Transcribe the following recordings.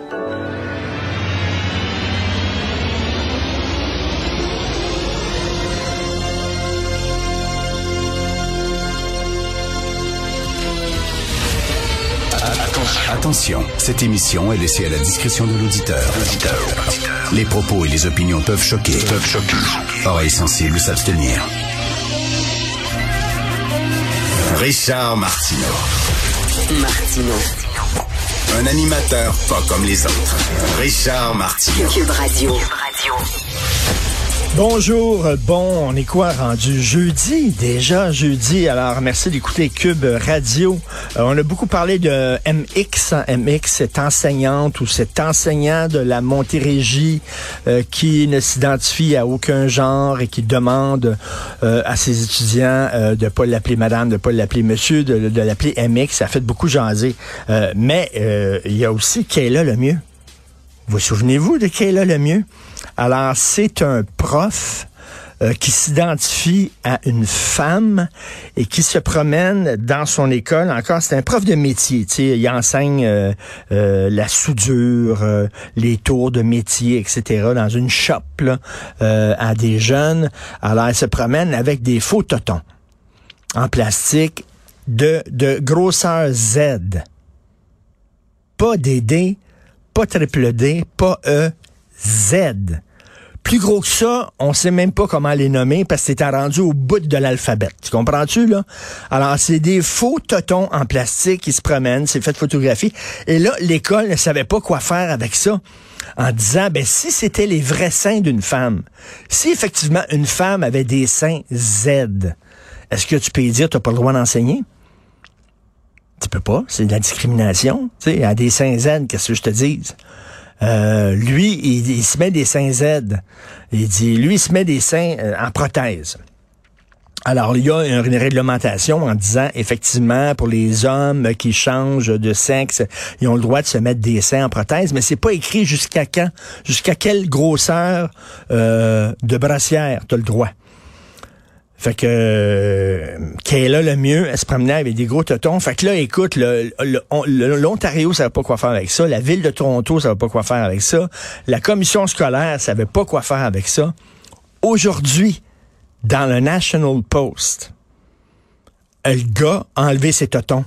Attention, cette émission est laissée à la discrétion de l'auditeur. Les propos et les opinions peuvent choquer. Oreilles sensibles s'abstenir. Richard Martineau. Un animateur pas comme les autres. Richard Martineau. Cube Radio. Bonjour, bon, on est quoi rendu jeudi? Déjà jeudi, alors merci d'écouter Cube Radio. On a beaucoup parlé de MX, MX, cette enseignante ou cet enseignant de la Montérégie qui ne s'identifie à aucun genre et qui demande à ses étudiants de pas l'appeler madame, de pas l'appeler monsieur, de l'appeler MX. Ça a fait beaucoup jaser. Mais il y a aussi Kayla Lemieux. Vous souvenez-vous de Kayla Lemieux? Alors, c'est un prof qui s'identifie à une femme et qui se promène dans son école. Encore, c'est un prof de métier. Tu sais, il enseigne la soudure, les tours de métier, etc. dans une shop là, à des jeunes. Alors, elle se promène avec des faux totons en plastique de grosseur Z. Pas DD, pas triple D, pas E, Z. Plus gros que ça, on sait même pas comment les nommer parce que c'était rendu au bout de l'alphabet. Tu comprends-tu, là? Alors, c'est des faux totons en plastique qui se promènent, c'est fait photographier. Et là, l'école ne savait pas quoi faire avec ça. En disant, ben, si c'était les vrais seins d'une femme, si effectivement une femme avait des seins Z, est-ce que tu peux lui dire, t'as pas le droit d'enseigner? Tu peux pas, c'est de la discrimination. Tu sais, à des seins Z, qu'est-ce que je te dise? Lui, il se met des seins Z. Il dit, lui, il se met des seins en prothèse. Alors, il y a une réglementation en disant, effectivement, pour les hommes qui changent de sexe, ils ont le droit de se mettre des seins en prothèse, mais c'est pas écrit jusqu'à quand, jusqu'à quelle grosseur de brassière t'as le droit. Fait que Kayla Lemieux, elle se promenait avec des gros totons. Fait que là, écoute, l'Ontario savait pas quoi faire avec ça. La ville de Toronto savait pas quoi faire avec ça. La commission scolaire savait pas quoi faire avec ça. Aujourd'hui, dans le National Post, le gars a enlevé ses totons.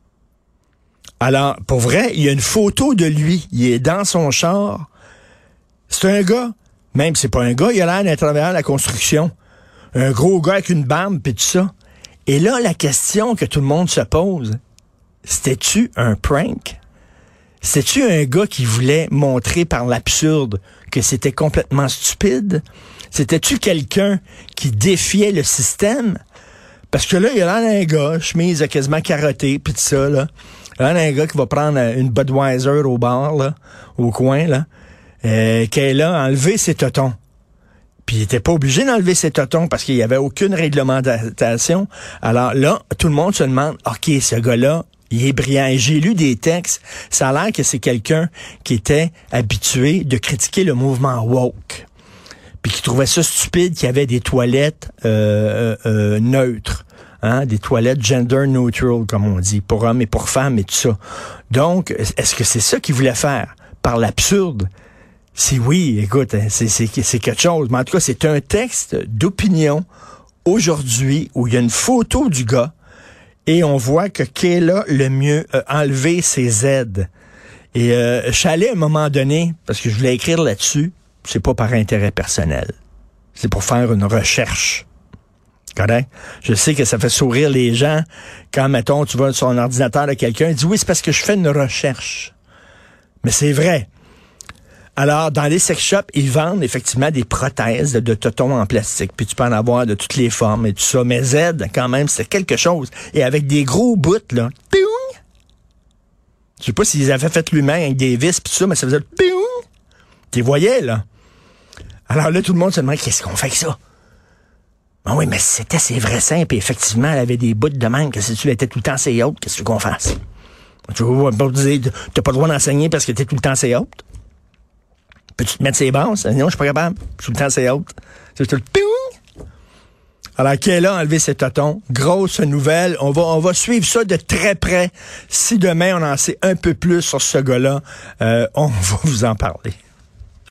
Alors, pour vrai, il y a une photo de lui. Il est dans son char. C'est un gars. Même si c'est pas un gars, il a l'air d'un travailleur de la construction. Un gros gars avec une barbe pis tout ça. Et là, la question que tout le monde se pose, c'était-tu un prank? C'était-tu un gars qui voulait montrer par l'absurde que c'était complètement stupide? C'était-tu quelqu'un qui défiait le système? Parce que là, il y a l'air d'un gars, chemise quasiment carottée pis tout ça, là. Il y a l'air d'un gars qui va prendre une Budweiser au bar, là, au coin, là, qui a enlevé ses totons. Puis il était pas obligé d'enlever ses totons parce qu'il y avait aucune réglementation. Alors là, tout le monde se demande, OK, ce gars-là, il est brillant. Et j'ai lu des textes, ça a l'air que c'est quelqu'un qui était habitué de critiquer le mouvement woke. Puis qui trouvait ça stupide qu'il y avait des toilettes neutres. Hein, des toilettes gender neutral, comme on dit, pour hommes et pour femmes et tout ça. Donc, est-ce que c'est ça qu'il voulait faire? Par l'absurde? Si oui, écoute, c'est quelque chose. Mais en tout cas, c'est un texte d'opinion aujourd'hui où il y a une photo du gars et on voit que Kayla Lemieux a enlevé ses Z. Et je suis allé à un moment donné, parce que je voulais écrire là-dessus, c'est pas par intérêt personnel. C'est pour faire une recherche. Correct? Je sais que ça fait sourire les gens quand, mettons, tu vas sur un ordinateur de quelqu'un, il dit oui, c'est parce que je fais une recherche. Mais c'est vrai. Alors, dans les sex shops, ils vendent effectivement des prothèses de totons en plastique. Puis tu peux en avoir de toutes les formes et tout ça. Mais Z, quand même, c'est quelque chose. Et avec des gros bouts, là. Piung! Je sais pas s'ils avaient fait lui-même avec des vis pis tout ça, mais ça faisait piung! Tu les voyais, là. Alors là, tout le monde se demande, qu'est-ce qu'on fait avec ça? Ben oui, mais c'était ses vrais seins, puis effectivement, elle avait des bouts de même. Qu'est-ce que tu étais tout le temps ses hautes? Qu'est-ce qu'on fasse? Tu vas pas dire, t'as pas le droit d'enseigner parce que t'es tout le temps ses hautes? Peux-tu te mettre ses basses? Non, je suis pas capable. Je suis tout le temps ses hautes. C'est tout le piou! Alors, Kayla a enlevé ses tâtons. Grosse nouvelle. On va suivre ça de très près. Si demain, on en sait un peu plus sur ce gars-là, on va vous en parler.